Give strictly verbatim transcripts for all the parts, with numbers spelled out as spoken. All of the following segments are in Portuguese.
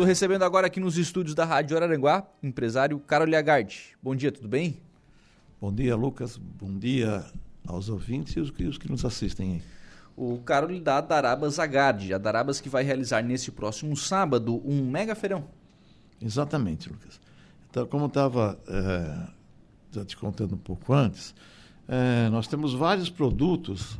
Estou recebendo agora aqui nos estúdios da Rádio Araranguá, empresário Carol Liagardi. Bom dia, tudo bem? Bom dia, Lucas. Bom dia aos ouvintes e os que, os que nos assistem aí. O Carol da Darabas Agardi, a Darabas que vai realizar nesse próximo sábado um mega feirão. Exatamente, Lucas. Então, como eu estava é, já te contando um pouco antes, é, nós temos vários produtos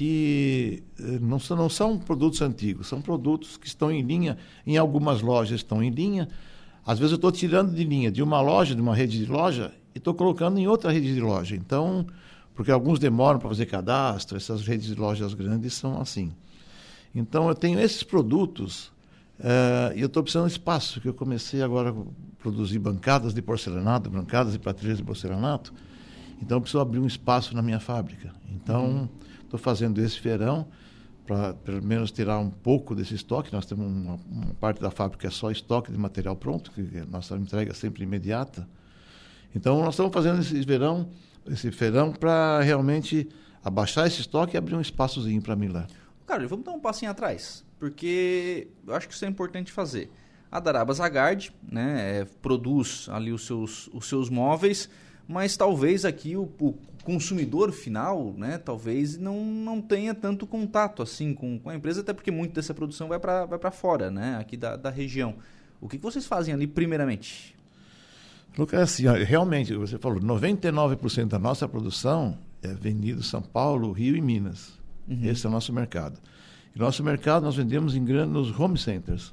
que é, não, são, não são produtos antigos, são produtos que estão em linha, em algumas lojas estão em linha. Às vezes eu estou tirando de linha de uma loja, de uma rede de loja, e estou colocando em outra rede de loja. Então, porque alguns demoram para fazer cadastro, essas redes de lojas grandes são assim. Então, eu tenho esses produtos uh, e eu estou precisando de espaço, que eu comecei agora a produzir bancadas de porcelanato, bancadas e prateleiras de porcelanato. Então, eu preciso abrir um espaço na minha fábrica. Então, estou uhum. fazendo esse feirão para, pelo menos, tirar um pouco desse estoque. Nós temos uma, uma parte da fábrica que é só estoque de material pronto, que a nossa entrega é sempre imediata. Então, nós estamos fazendo esse verão, esse feirão para realmente abaixar esse estoque e abrir um espaçozinho para mim lá. Cara, vamos dar um passinho atrás, porque eu acho que isso é importante fazer. A Darabas Agardi, né, é, produz ali os seus, os seus móveis, mas talvez aqui o, o consumidor final, né, talvez não, não tenha tanto contato assim com, com a empresa, até porque muito dessa produção vai para vai para fora, né, aqui da, da região. O que, que vocês fazem ali primeiramente? Lucas, assim, realmente, você falou, noventa e nove por cento da nossa produção é vendido em São Paulo, Rio e Minas. Uhum. Esse é o nosso mercado. E nosso mercado nós vendemos em grande nos home centers.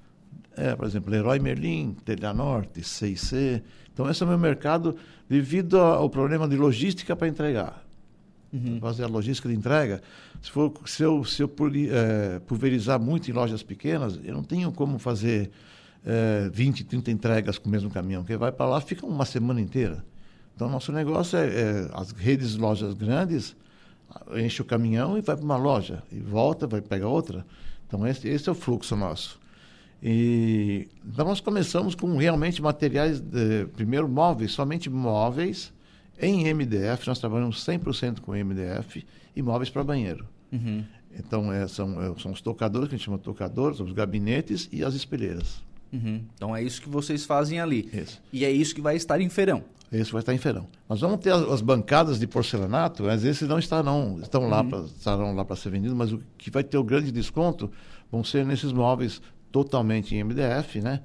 É, por exemplo, Leroy Merlin, Telha Norte, C e C. Então, esse é o meu mercado devido ao problema de logística para entregar. Uhum. Fazer a logística de entrega. Se, for, se eu, se eu é, pulverizar muito em lojas pequenas, eu não tenho como fazer É, vinte, trinta entregas com o mesmo caminhão, que vai para lá, fica uma semana inteira. Então, nosso negócio é, é as redes de lojas grandes, enche o caminhão e vai para uma loja, e volta, vai pegar outra. Então, esse, esse é o fluxo nosso. E, então, nós começamos com realmente materiais, de, primeiro móveis, somente móveis, em M D F, nós trabalhamos cem por cento com M D F, e móveis para banheiro. Uhum. Então, é, são, é, são os tocadores, que a gente chama de tocadores, os gabinetes e as espelheiras. Uhum. Então é isso que vocês fazem ali. Isso. E é isso que vai estar em feirão. Isso vai estar em feirão. Nós vamos ter as, as bancadas de porcelanato, mas esses não estarão, estão lá uhum. pra, estarão lá para ser vendidos, mas o que vai ter o grande desconto vão ser nesses móveis totalmente em M D F, né?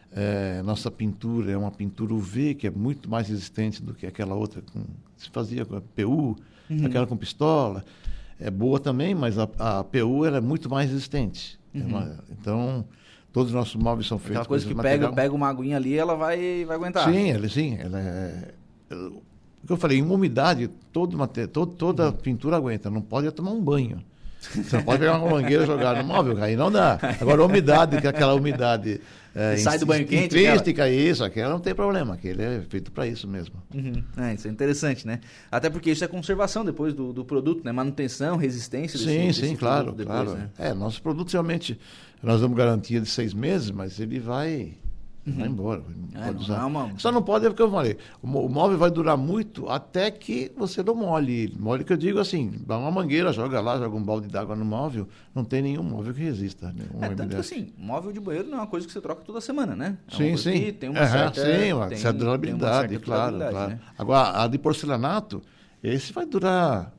É, nossa pintura é uma pintura U V, que é muito mais resistente do que aquela outra que se fazia com a P U, uhum. aquela com pistola. É boa também, mas a, a P U ela é muito mais resistente. Uhum. É uma, então... Todos os nossos móveis são feitos... Aquela coisa que pega, pega uma aguinha ali, ela vai, vai aguentar. Sim, ela, sim. Ela é... O que eu falei, em uma umidade, todo, todo, toda uhum. pintura aguenta. Não pode tomar um banho. Você não pode pegar uma mangueira e jogar no móvel, aí não dá. Agora, a umidade, que é aquela umidade... É, sai do banho quente? Intrínseca, aquela... isso, aquela não tem problema. Aquele é feito para isso mesmo. Uhum. É, isso é interessante, né? Até porque isso é conservação depois do, do produto, né? Manutenção, resistência desse, sim, desse sim, claro, depois, claro. Né? É, nosso produto realmente, nós damos garantia de seis meses, mas ele vai... Uhum. Vai embora. Não é, pode não, usar. Não, não. Só não pode, é porque eu falei, o móvel vai durar muito até que você não molhe. Molhe que eu digo assim, dá uma mangueira, joga lá, joga um balde d'água no móvel, não tem nenhum móvel que resista. Um é, tanto que assim, móvel de banheiro não é uma coisa que você troca toda semana, né? É sim, sim. Que tem uma uhum, certa, sim, uma tem, certa durabilidade, tem uma certa claro. durabilidade, claro. Né? Agora, a de porcelanato, esse vai durar...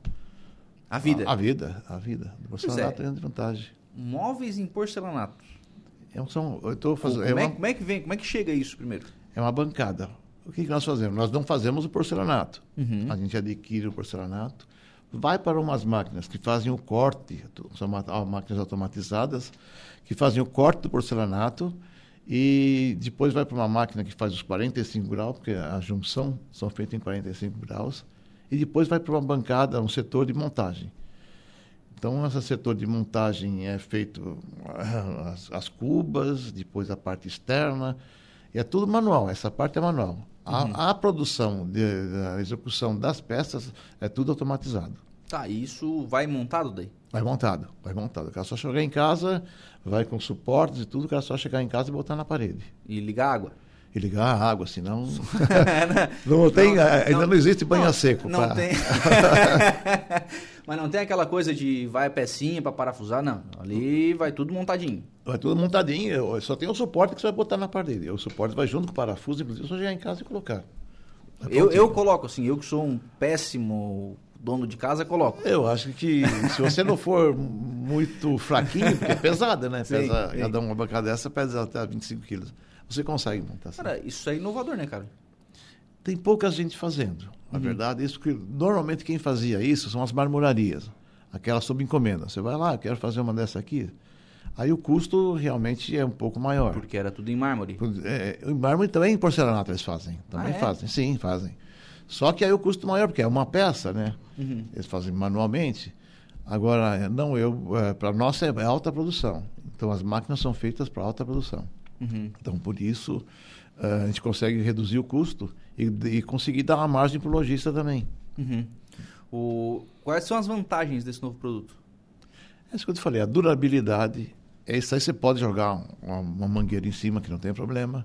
A vida. A, a vida, a vida. O porcelanato é grande vantagem. Móveis em porcelanato. É um, são, eu tô fazendo, como, é é, uma, como é que vem? Como é que chega isso primeiro? É uma bancada. O que, que nós fazemos? Nós não fazemos o porcelanato. Uhum. A gente adquire o porcelanato, vai para umas máquinas que fazem o corte, são máquinas automatizadas, que fazem o corte do porcelanato e depois vai para uma máquina que faz os quarenta e cinco graus, porque a junção são feitas em quarenta e cinco graus, e depois vai para uma bancada, um setor de montagem. Então, esse setor de montagem é feito as, as cubas, depois a parte externa, e é tudo manual, essa parte é manual. A, uhum. a produção, de, a execução das peças é tudo automatizado. Tá, e isso vai montado daí? Vai montado, vai montado. O cara só chegar em casa, vai com suportes e tudo, o cara só chegar em casa e botar na parede. E ligar a água? E ligar a água, senão... não, tem, não, ainda não, não existe banho a seco. Não pra... tem... Mas não tem aquela coisa de vai a pecinha para parafusar, não. Ali vai tudo montadinho. Vai tudo montadinho, só tem o suporte que você vai botar na parede. O suporte vai junto com o parafuso, inclusive, só chegar em casa e colocar. Eu, eu coloco assim, eu que sou um péssimo dono de casa, coloco. Eu acho que se você não for muito fraquinho, porque é pesada, né? Sim, pesa, sim. Cada uma bancada dessa pesa até vinte e cinco quilos. Você consegue montar assim. Cara, isso é inovador, né, cara? Tem pouca gente fazendo, na Uhum. verdade. Isso que, normalmente quem fazia isso são as marmorarias, aquelas sob encomenda. Você vai lá, quero fazer uma dessa aqui. Aí o custo realmente é um pouco maior. Porque era tudo em mármore. É, em mármore também em porcelanato eles fazem. Também Ah, é? fazem, sim, fazem. Só que aí o custo maior, porque é uma peça, né? Uhum. Eles fazem manualmente. Agora, não, eu, é, para nós é alta produção. Então as máquinas são feitas para alta produção. Uhum. Então por isso a gente consegue reduzir o custo e, e conseguir dar uma margem para o lojista também. Uhum. O... Quais são as vantagens desse novo produto? É isso que eu te falei, a durabilidade. É isso aí, você pode jogar uma, uma mangueira em cima, que não tem problema.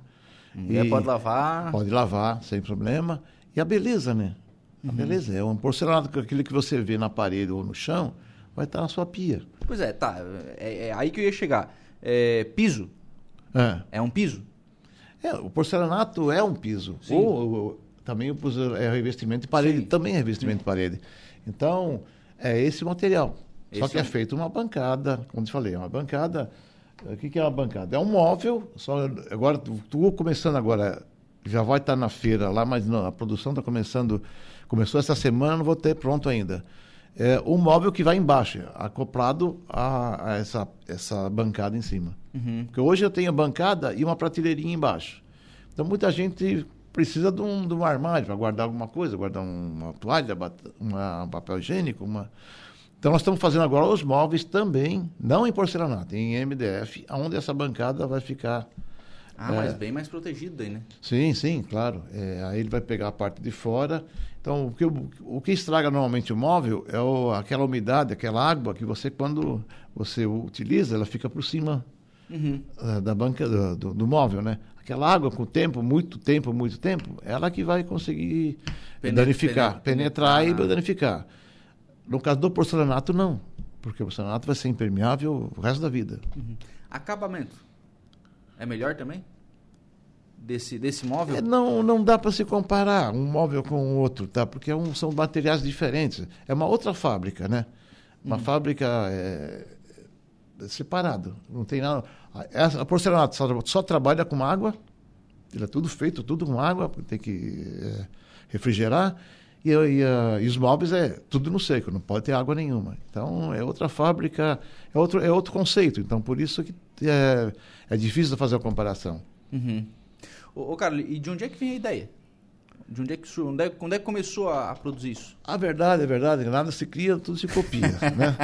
E pode lavar. Pode lavar, sem problema. E a beleza, né? A Uhum. beleza é um porcelanato, aquilo que você vê na parede ou no chão, vai estar na sua pia. Pois é, tá. É, é aí que eu ia chegar. É, piso. É. É um piso? É, o porcelanato é um piso. Sim. Ou, ou também o piso é revestimento de parede, Sim. também é revestimento de parede. Então, é esse o material. Só Esse que é é um- feito uma bancada, como te falei, é uma bancada. O que, que é uma bancada? É um móvel, só agora, tu, tu começando agora, já vai estar na feira lá, mas não, a produção está começando, começou essa semana, não vou ter pronto ainda. É um móvel que vai embaixo, acoplado a, a essa, essa bancada em cima. Uhum. Porque hoje eu tenho a bancada e uma prateleirinha embaixo. Então muita gente precisa de um, de um armário para guardar alguma coisa, guardar uma toalha, bat- uma, um papel higiênico, uma... Então nós estamos fazendo agora os móveis também, não em porcelanato, em M D F, onde essa bancada vai ficar. Ah, É. mas bem mais protegido daí, né? Sim, sim, claro. É, aí ele vai pegar a parte de fora. Então o que, o, o que estraga normalmente o móvel é o, aquela umidade, aquela água que você, quando você utiliza, ela fica por cima Uhum. ah, da banca do, do, do móvel, né? Aquela água com o tempo, muito tempo, muito tempo, ela que vai conseguir Pene- danificar, pene- penetrar e penetrar. danificar. No caso do porcelanato, não. Porque o porcelanato vai ser impermeável o resto da vida. Uhum. Acabamento. É melhor também? Desse, desse móvel? É, não, não dá para se comparar um móvel com o outro, tá? Porque é um, são materiais diferentes. É uma outra fábrica, né? Uma fábrica é, é separada. Não tem nada. A, a porcelanato só, só trabalha com água. Ele é tudo feito, tudo com água, tem que é, refrigerar. E, e, a- e os móveis é tudo no seco, não pode ter água nenhuma. Então é outra fábrica, é outro, é outro conceito. Então por isso que é, é difícil fazer a comparação. Uhum. Ô, ô, Carlos, e de onde é que vem a ideia? De onde é que, sur- onde é, quando é que começou a, a produzir isso? A verdade, é verdade, nada se cria, tudo se copia, né?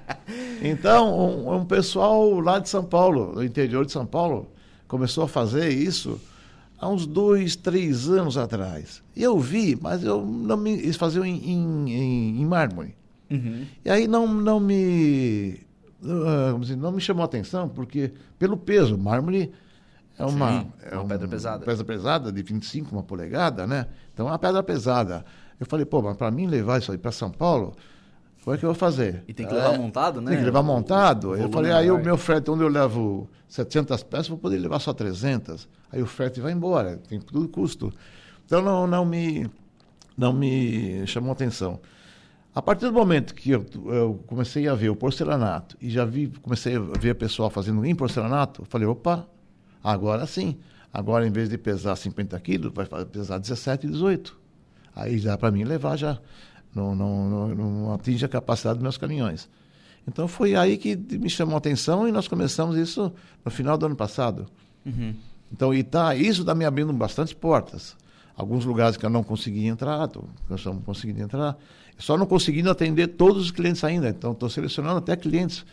Então, um, um pessoal lá de São Paulo, do interior de São Paulo, começou a fazer isso há uns dois, três anos atrás. E eu vi, mas eu não me, eles faziam em, em, em, em mármore. Uhum. E aí não, não me ah, como dizer, não me chamou a atenção, porque pelo peso, mármore é uma, Sim, é uma um- pedra pesada. pedra pesada de vinte e cinco, uma polegada, né? Então é uma pedra pesada. Eu falei, pô, mas para mim levar isso aí para São Paulo, como é que eu vou fazer? E tem que levar É, montado, né? Tem que levar O- montado. o Eu volume falei, é aí o maior. meu frete, onde eu levo setecentas peças, vou poder levar só trezentas. Aí o frete vai embora, tem tudo custo. Então não, não, me, não me chamou atenção. A partir do momento que eu, eu comecei a ver o porcelanato e já vi, comecei a ver pessoal fazendo em porcelanato, eu falei, opa, agora sim. Agora, em vez de pesar cinquenta quilos, vai fa- pesar dezessete, dezoito. Aí já para mim levar já não, não, não, não atinge a capacidade dos meus caminhões. Então foi aí que me chamou a atenção e nós começamos isso no final do ano passado. Uhum. Então, e tá, isso está me abrindo bastante portas. Alguns lugares que eu não consegui entrar, tô, nós estamos conseguindo entrar. Só não conseguindo atender todos os clientes ainda. Então, estou selecionando até clientes,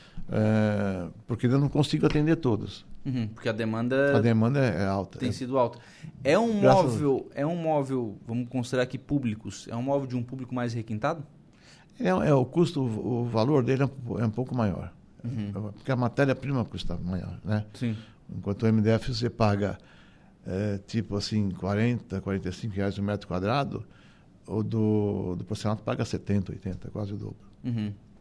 é, porque eu não consigo atender todos. Uhum. Porque a demanda A demanda é, é alta. tem é. sido alta. É um Graças a móvel, é um móvel, vamos considerar aqui públicos, é um móvel de um público mais requintado? É, é, o custo, o, o valor dele é um, é um pouco maior. Uhum. Porque a matéria-prima custa maior, né? Sim. Enquanto o M D F você paga, é, tipo assim, quarenta, quarenta e cinco reais o metro quadrado, o do, do porcelanato paga setenta, oitenta, quase o dobro. Uhum.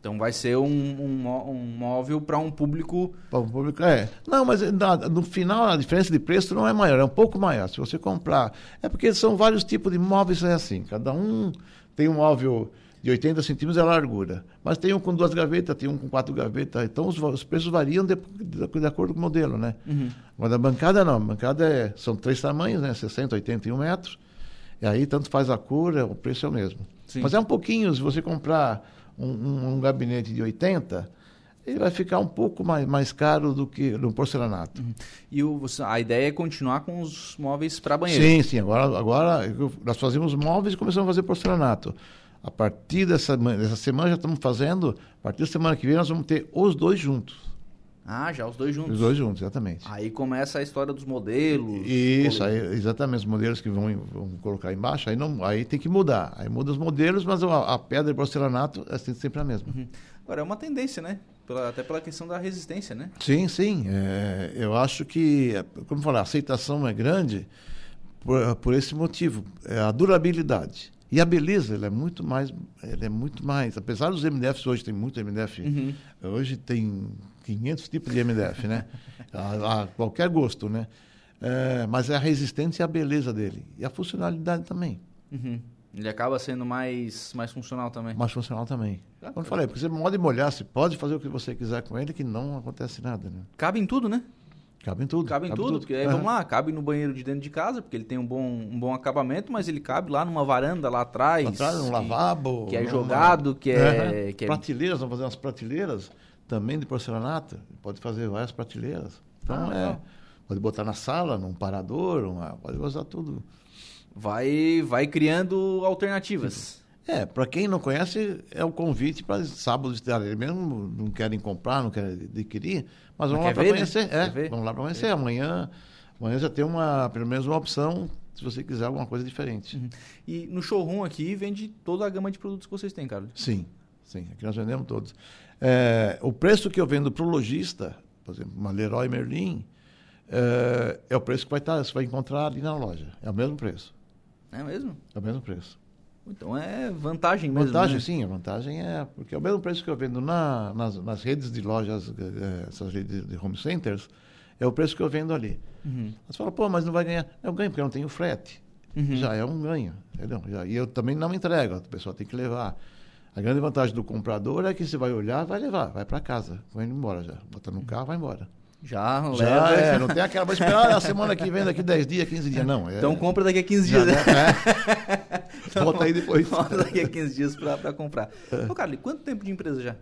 Então vai ser um, um, um móvel para um público... Para um público, é. Não, mas na, no final a diferença de preço não é maior, é um pouco maior. Se você comprar... É porque são vários tipos de móveis, é assim. Cada um tem um móvel de oitenta centímetros de largura. Mas tem um com duas gavetas, tem um com quatro gavetas. Então os, os preços variam de, de, de acordo com o modelo, né? Uhum. Mas a bancada não. A bancada é, são três tamanhos, né? sessenta, oitenta e um metros. E aí tanto faz a cor, o preço é o mesmo. Sim. Mas é um pouquinho, se você comprar... Um, um, um gabinete de oitenta, ele vai ficar um pouco mais, mais caro do que no porcelanato. Uhum. E o, a ideia é continuar com os móveis para banheiro? Sim, sim. Agora, agora nós fazemos móveis e começamos a fazer porcelanato. A partir dessa, dessa semana já estamos fazendo, a partir da semana que vem nós vamos ter os dois juntos. Ah, já os dois juntos. Os dois juntos, exatamente. Aí começa a história dos modelos. Isso, aí, exatamente, os modelos que vão, vão colocar embaixo, aí, não, aí tem que mudar. Aí muda os modelos, mas a, a pedra de porcelanato é sempre a mesma. Uhum. Agora, é uma tendência, né? Pela, até pela questão da resistência, né? Sim, sim. É, eu acho que, como falar, a aceitação é grande por, por esse motivo. É a durabilidade. E a beleza, ela é muito mais, ela é muito mais, apesar dos M D Fs, hoje tem muito M D F, uhum. Hoje tem quinhentos tipos de M D F, né? a, a qualquer gosto, né? É, mas é a resistência e a beleza dele. E a funcionalidade também. Uhum. Ele acaba sendo mais, mais funcional também. Mais funcional também. Ah, Como eu falei, porque você pode molhar, você pode fazer o que você quiser com ele, que não acontece nada, né? Cabe em tudo, né? Cabe em tudo. Cabe em cabe tudo, tudo. porque aí, uhum. vamos lá, cabe no banheiro de dentro de casa, porque ele tem um bom, um bom acabamento, mas ele cabe lá numa varanda, lá atrás. Lá atrás, num que, lavabo. Que é jogado, numa... que é... Uhum. Que é... Prateleiras, vamos fazer umas prateleiras também de porcelanato. Pode fazer várias prateleiras. Então, ah, é... Não. Pode botar na sala, num parador, uma, pode usar tudo. Vai, vai criando alternativas. É, para quem não conhece, é o convite para sábado estar. Eles mesmo não querem comprar, não querem adquirir, mas vamos mas lá para conhecer. Né? É, vamos lá para conhecer. Amanhã, amanhã já tem uma, pelo menos uma opção, se você quiser alguma coisa diferente. Uhum. E no showroom aqui vende toda a gama de produtos que vocês têm, Carlos? Sim, sim. Aqui nós vendemos todos. É, o preço que eu vendo para o lojista, por exemplo, uma Leroy Merlin, é, é o preço que vai estar, você vai encontrar ali na loja. É o mesmo preço. É mesmo? É o mesmo preço. Então é vantagem mesmo, Vantagem, né? sim. A vantagem é... Porque é o mesmo preço que eu vendo na, nas, nas redes de lojas, é, essas redes de home centers, é o preço que eu vendo ali. Uhum. Você fala, pô, mas não vai ganhar. Eu ganho porque eu não tenho frete. Uhum. Já é um ganho, entendeu? Já, e eu também não entrego, a pessoa tem que levar. A grande vantagem do comprador é que você vai olhar, vai levar, vai para casa, vai embora já. Bota no carro, vai embora. Já, já leva. É, não tem aquela, vou esperar a semana que vem, daqui dez dias, quinze dias, não. É, então compra daqui a quinze dias. Já, né? É. Então, volta aí depois. Volta daqui a quinze dias para comprar. É. Ô, Carlos, quanto tempo de empresa já?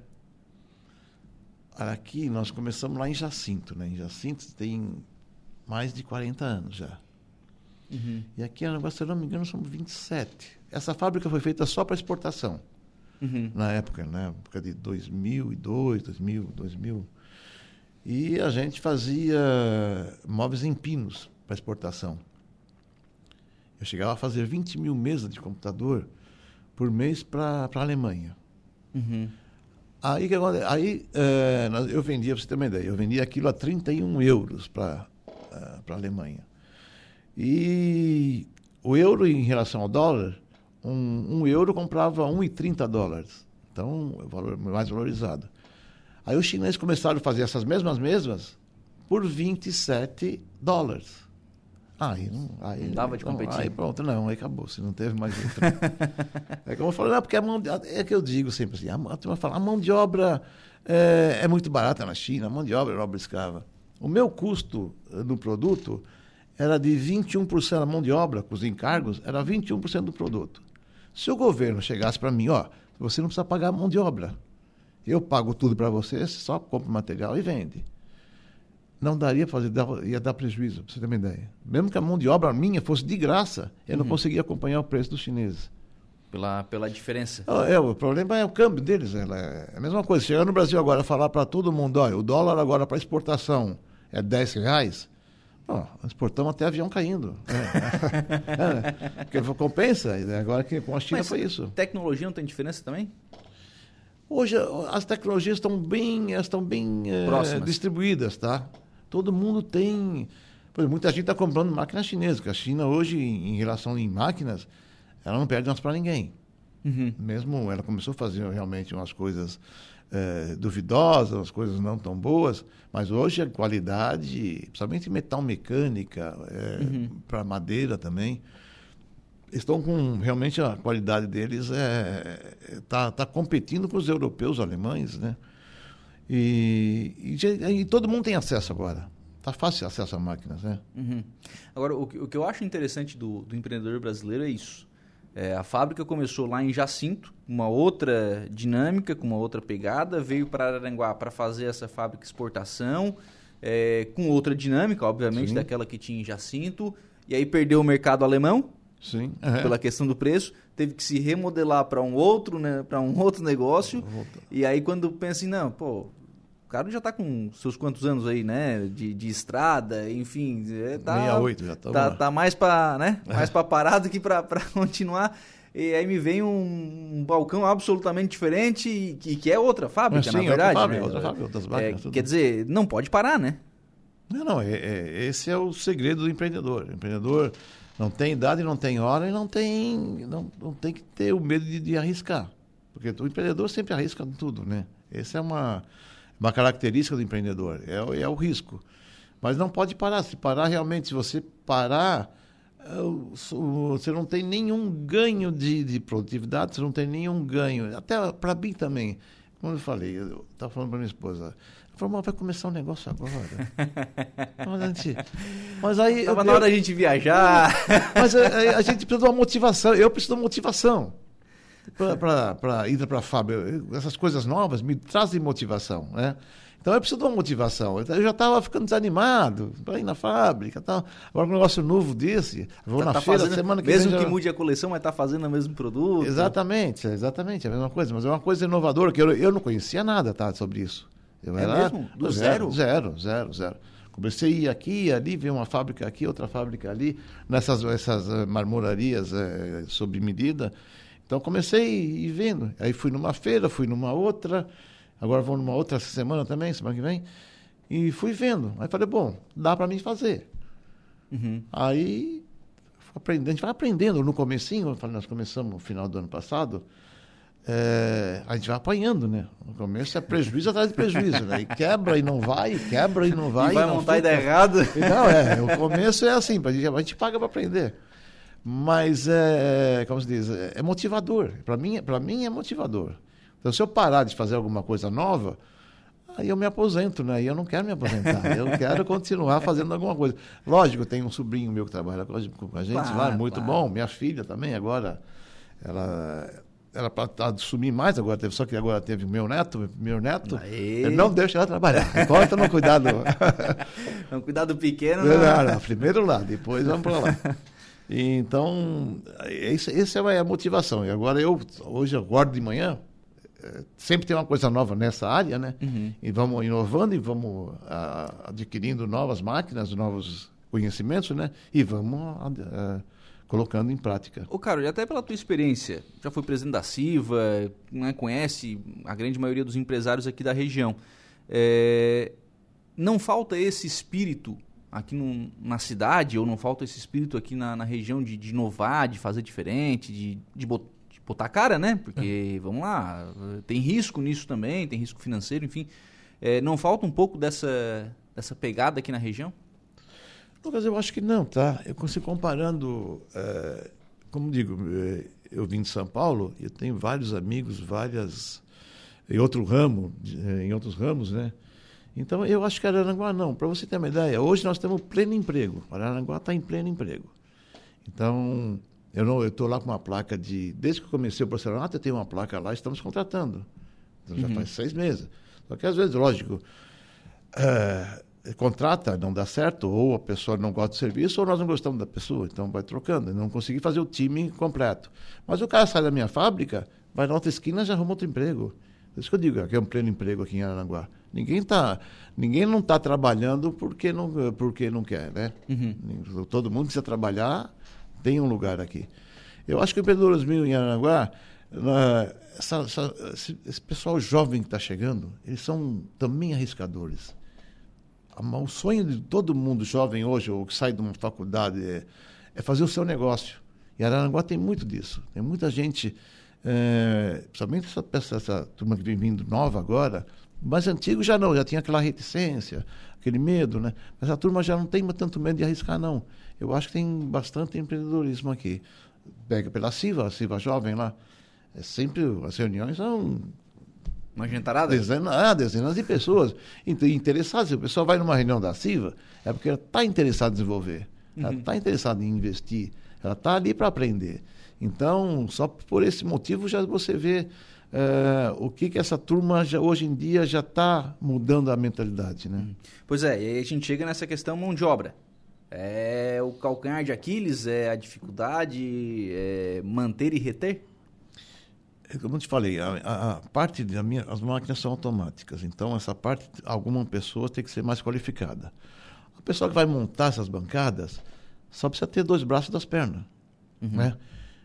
Aqui nós começamos lá em Jacinto, né? Em Jacinto tem mais de quarenta anos já. Uhum. E aqui, se eu não me engano, somos vinte e sete. Essa fábrica foi feita só para exportação. Uhum. Na época, na época de dois mil e dois, dois mil, dois mil. E a gente fazia móveis em pinos para exportação. Eu chegava a fazer vinte mil mesas de computador por mês para a Alemanha. Uhum. Aí, que agora, aí é, eu vendia, para você ter uma ideia, eu vendia aquilo a trinta e um euros para a Alemanha. E o euro em relação ao dólar, um, um euro comprava um e trinta dólares. Então, o valor mais valorizado. Aí os chineses começaram a fazer essas mesmas mesas por vinte e sete dólares. Aí não, aí, não dava de competir. Aí pronto, não, aí acabou, se não teve mais outra. É como eu falo, não, porque a mão de, é que eu digo sempre assim, a, a, fala, a mão de obra é, é muito barata na China, a mão de obra é obra escrava. O meu custo do produto era de vinte e um por cento da mão de obra, com os encargos, era vinte e um por cento do produto. Se o governo chegasse para mim, ó, você não precisa pagar a mão de obra. Eu pago tudo para você, você só compra o material e vende. Não daria para fazer, ia dar prejuízo, para você ter uma ideia. Mesmo que a mão de obra minha fosse de graça, eu uhum. não conseguia acompanhar o preço dos chineses. Pela, pela diferença. É, o problema é o câmbio deles. Ela é a mesma coisa. Chegar no Brasil agora falar para todo mundo, olha, o dólar agora para exportação é dez reais, ó, exportamos até avião caindo. É, é, é, porque compensa, agora que com a China Mas foi isso. Tecnologia não tem diferença também? Hoje as tecnologias estão bem, estão bem é, distribuídas, tá? Todo mundo tem... Por exemplo, muita gente está comprando máquina chinesa, porque a China hoje, em relação em máquinas, ela não perde umas para ninguém. Uhum. Mesmo ela começou a fazer realmente umas coisas é, duvidosas, as coisas não tão boas, mas hoje a qualidade, principalmente metal mecânica, é, uhum. para madeira também, estão com, realmente a qualidade deles é, tá, tá competindo com os europeus, alemães, né? E, e, e todo mundo tem acesso agora. Tá fácil acesso a máquinas, né? Uhum. Agora, o que, o que eu acho interessante do, do empreendedor brasileiro é isso. É, a fábrica começou lá em Jacinto, uma outra dinâmica, com uma outra pegada, veio para Araranguá para fazer essa fábrica de exportação, é, com outra dinâmica, obviamente, Sim. daquela que tinha em Jacinto, e aí perdeu o mercado alemão, Sim. É. pela questão do preço, teve que se remodelar para um outro, né, para um outro negócio, e aí quando pensa assim, não, pô, o cara já está com seus quantos anos aí, né, de, de estrada, enfim, é, tá, sessenta e oito já tá, tá, tá mais para, né, mais para parar do que para continuar. E aí me vem um, um balcão absolutamente diferente e que, que é outra fábrica, Sim, na verdade. Outra fábrica, né? outra fábrica, outras máquinas. É, quer dizer, não pode parar, né? Não, não, é, é, esse é o segredo do empreendedor. O empreendedor não tem idade, não tem hora e não tem, não, não tem que ter o medo de, de arriscar. Porque o empreendedor sempre arrisca tudo, né? Essa é uma, uma característica do empreendedor, é, é o risco. Mas não pode parar. Se parar realmente, se você parar, você não tem nenhum ganho de, de produtividade, você não tem nenhum ganho. Até para mim também. Como eu falei, eu estava falando para minha esposa, ela falou, mas vai começar um negócio agora. mas, a gente, mas aí... Estava na hora da gente viajar. Mas a, a gente precisa de uma motivação, eu preciso de uma motivação para ir para a fábrica. Essas coisas novas me trazem motivação, né? Então eu preciso de uma motivação. Eu já estava ficando desanimado para ir na fábrica. Tal. Agora um negócio novo desse, vou tá, na tá feira fazendo, semana que mesmo vem. Mesmo que já... mude a coleção, mas está fazendo o mesmo produto. Exatamente, exatamente, a mesma coisa. Mas é uma coisa inovadora, que eu, eu não conhecia nada, tá, sobre isso. Eu é era mesmo? Do zero? Zero, zero, zero, zero. Comecei a ir aqui, ali, ver uma fábrica aqui, outra fábrica ali, nessas essas marmorarias é, sob medida. Então comecei a ir vendo. Aí fui numa feira, fui numa outra... Agora vou numa outra semana também, semana que vem. E fui vendo. Aí falei, bom, dá para mim fazer. Uhum. Aí, aprendendo, a gente vai aprendendo. No comecinho, nós começamos no final do ano passado, é, a gente vai apanhando, né? No começo é prejuízo atrás de prejuízo, né? E quebra e não vai, quebra e não vai. E vai e não montar fica. e dar errado. Não, é, o começo é assim, a gente, a gente paga para aprender. Mas, é, como se diz, é motivador. Para mim, para mim é motivador. Então, se eu parar de fazer alguma coisa nova, aí eu me aposento, né? E eu não quero me aposentar, eu quero continuar fazendo alguma coisa. Lógico, tem um sobrinho meu que trabalha com a gente, claro, lá, muito claro. bom. Minha filha também, agora, ela era para assumir mais, agora teve, só que agora teve o meu neto, meu neto, Aê. Ele não deixa ela trabalhar. Importa no cuidado. Um cuidado pequeno. Não, não, não, primeiro lá, depois vamos para lá. Então, essa esse é a motivação. E agora eu, hoje eu acordo de manhã, sempre tem uma coisa nova nessa área, né? Uhum. E vamos inovando e vamos a, adquirindo novas máquinas, novos conhecimentos, né? E vamos a, a, colocando em prática. Ô, Carol, e até pela tua experiência, já foi presidente da CIVA, né? Conhece a grande maioria dos empresários aqui da região. É, não falta esse espírito aqui no, na cidade, ou não falta esse espírito aqui na, na região de, de inovar, de fazer diferente, de, de botar botar a cara, né? Porque, vamos lá, tem risco nisso também, tem risco financeiro, enfim. É, não falta um pouco dessa, dessa pegada aqui na região? Lucas, eu acho que não, tá? Eu consigo comparando, é, como digo, é, eu vim de São Paulo, eu tenho vários amigos, várias, em outro ramo, em outros ramos, né? Então, eu acho que Araranguá não. Para você ter uma ideia, hoje nós temos pleno emprego. Araranguá está em pleno emprego. Então... Eu não, eu estou lá com uma placa de... Desde que eu comecei o procedimento, eu tenho uma placa lá, estamos contratando. Então, já uhum. faz seis meses. Só que, às vezes, lógico, é, contrata, não dá certo, ou a pessoa não gosta do serviço, ou nós não gostamos da pessoa, então vai trocando. Eu não consegui fazer o time completo. Mas o cara sai da minha fábrica, vai na outra esquina e já arruma outro emprego. Por isso que eu digo, que é um pleno emprego aqui em Araranguá. Ninguém, tá, ninguém não está trabalhando porque não, porque não quer, né? Uhum. Todo mundo precisa trabalhar... Tem um lugar aqui. Eu acho que o empreendedorismo em Araranguá, uh, essa, essa, esse, esse pessoal jovem que está chegando, eles são também arriscadores. O sonho de todo mundo jovem hoje, ou que sai de uma faculdade, é, é fazer o seu negócio. E Araranguá tem muito disso. Tem muita gente é, principalmente essa, essa, essa turma que vem vindo nova agora, mas antigo já não, já tinha aquela reticência, aquele medo, né? Mas a turma já não tem tanto medo de arriscar, não. Eu acho que tem bastante empreendedorismo aqui. Pega pela Siva, a Siva Jovem lá, é sempre, as reuniões são... Uma gentarada? Dezenas, ah, dezenas de pessoas interessadas. Se o pessoal vai numa reunião da Siva, é porque ela está interessada em desenvolver, ela está uhum. interessada em investir, ela está ali para aprender. Então, só por esse motivo já você vê uh, o que, que essa turma já, hoje em dia já está mudando a mentalidade, né? Pois é, e aí a gente chega nessa questão mão de obra. É o calcanhar de Aquiles, é a dificuldade, é manter e reter? Como eu te falei, a, a, a parte da minha, as máquinas são automáticas, então essa parte, alguma pessoa tem que ser mais qualificada. A pessoa que vai montar essas bancadas só precisa ter dois braços das pernas, uhum. né?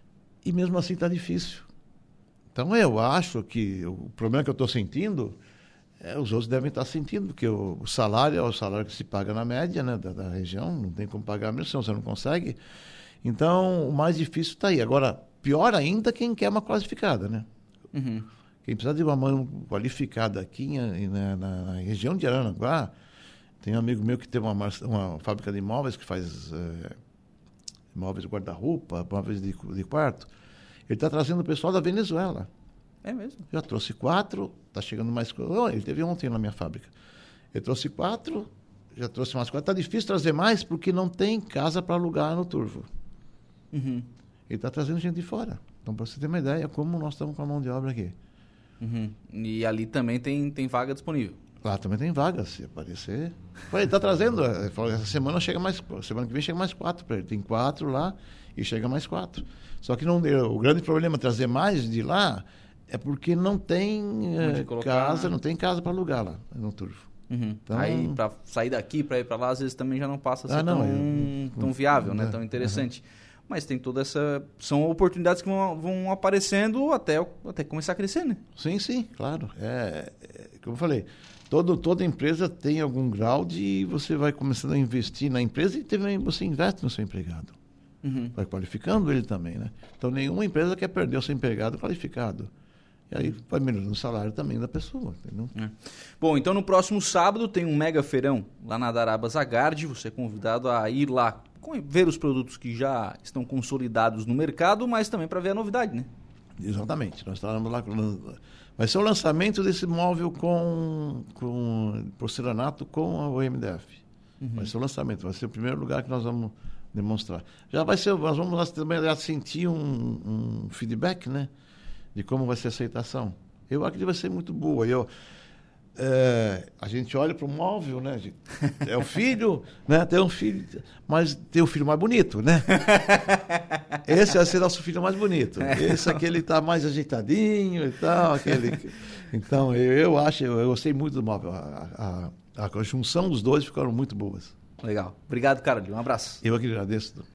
E mesmo assim está difícil. Então eu acho que o problema que eu estou sentindo, é, os outros devem estar sentindo, porque o, o salário é o salário que se paga na média, né, da, da região, não tem como pagar mesmo, senão você não consegue. Então o mais difícil está aí. Agora, pior ainda quem quer uma qualificada, né? Uhum. Quem precisa de uma mão qualificada aqui na, na, na região de Aranaguá, tem um amigo meu que tem uma, uma fábrica de imóveis que faz é, imóveis de guarda-roupa, imóveis de, de quarto. Ele está trazendo o pessoal da Venezuela. É mesmo? Já trouxe quatro, está chegando mais... Oh, ele teve ontem na minha fábrica. Ele trouxe quatro, já trouxe mais quatro. Está difícil trazer mais porque não tem casa para alugar no Turvo. Uhum. Ele está trazendo gente de fora. Então, para você ter uma ideia, como nós estamos com a mão de obra aqui. Uhum. E ali também tem, tem vaga disponível? Lá também tem vaga, se aparecer. Ele está trazendo, ele falou, essa semana chega mais, semana que vem chega mais quatro para ele. Tem quatro lá e chega mais quatro. Só que não, o grande problema é trazer mais de lá é porque não tem é, casa, não tem casa para alugar lá no Turvo. Uhum. Então, aí, para sair daqui, para ir para lá, às vezes também já não passa a ser ah, não, tão, eu, tão viável, é, né? Tão interessante. Uhum. Mas tem toda essa... São oportunidades que vão, vão aparecendo até, até começar a crescer, né? Sim, sim, claro. É, é, como eu falei, todo, toda empresa tem algum grau de... Você vai começando a investir na empresa e também você investe no seu empregado. Uhum. Vai qualificando ele também, né? Então, nenhuma empresa quer perder o seu empregado qualificado. E aí vai melhorando o salário também da pessoa, entendeu? É. Bom, então no próximo sábado tem um mega feirão lá na Darabas Agard. Você é convidado a ir lá ver os produtos que já estão consolidados no mercado, mas também para ver a novidade, né? Exatamente. Nós estaremos lá. Vai ser o lançamento desse móvel com, com porcelanato com o M D F. Uhum. Vai ser o lançamento. Vai ser o primeiro lugar que nós vamos demonstrar. Já vai ser, nós vamos também já sentir um, um feedback, né? De como vai ser a aceitação. Eu acho que vai ser muito boa. Eu, é, a gente olha para o móvel, né? É o filho, né? Tem um filho, mas tem o filho mais bonito, né? Esse vai ser nosso filho mais bonito. Esse aqui ele está mais ajeitadinho e tal. Aquele... Então, eu, eu acho, eu, eu gostei muito do móvel. A, a, a junção dos dois ficaram muito boas. Legal. Obrigado, Carolina. Um abraço. Eu que agradeço.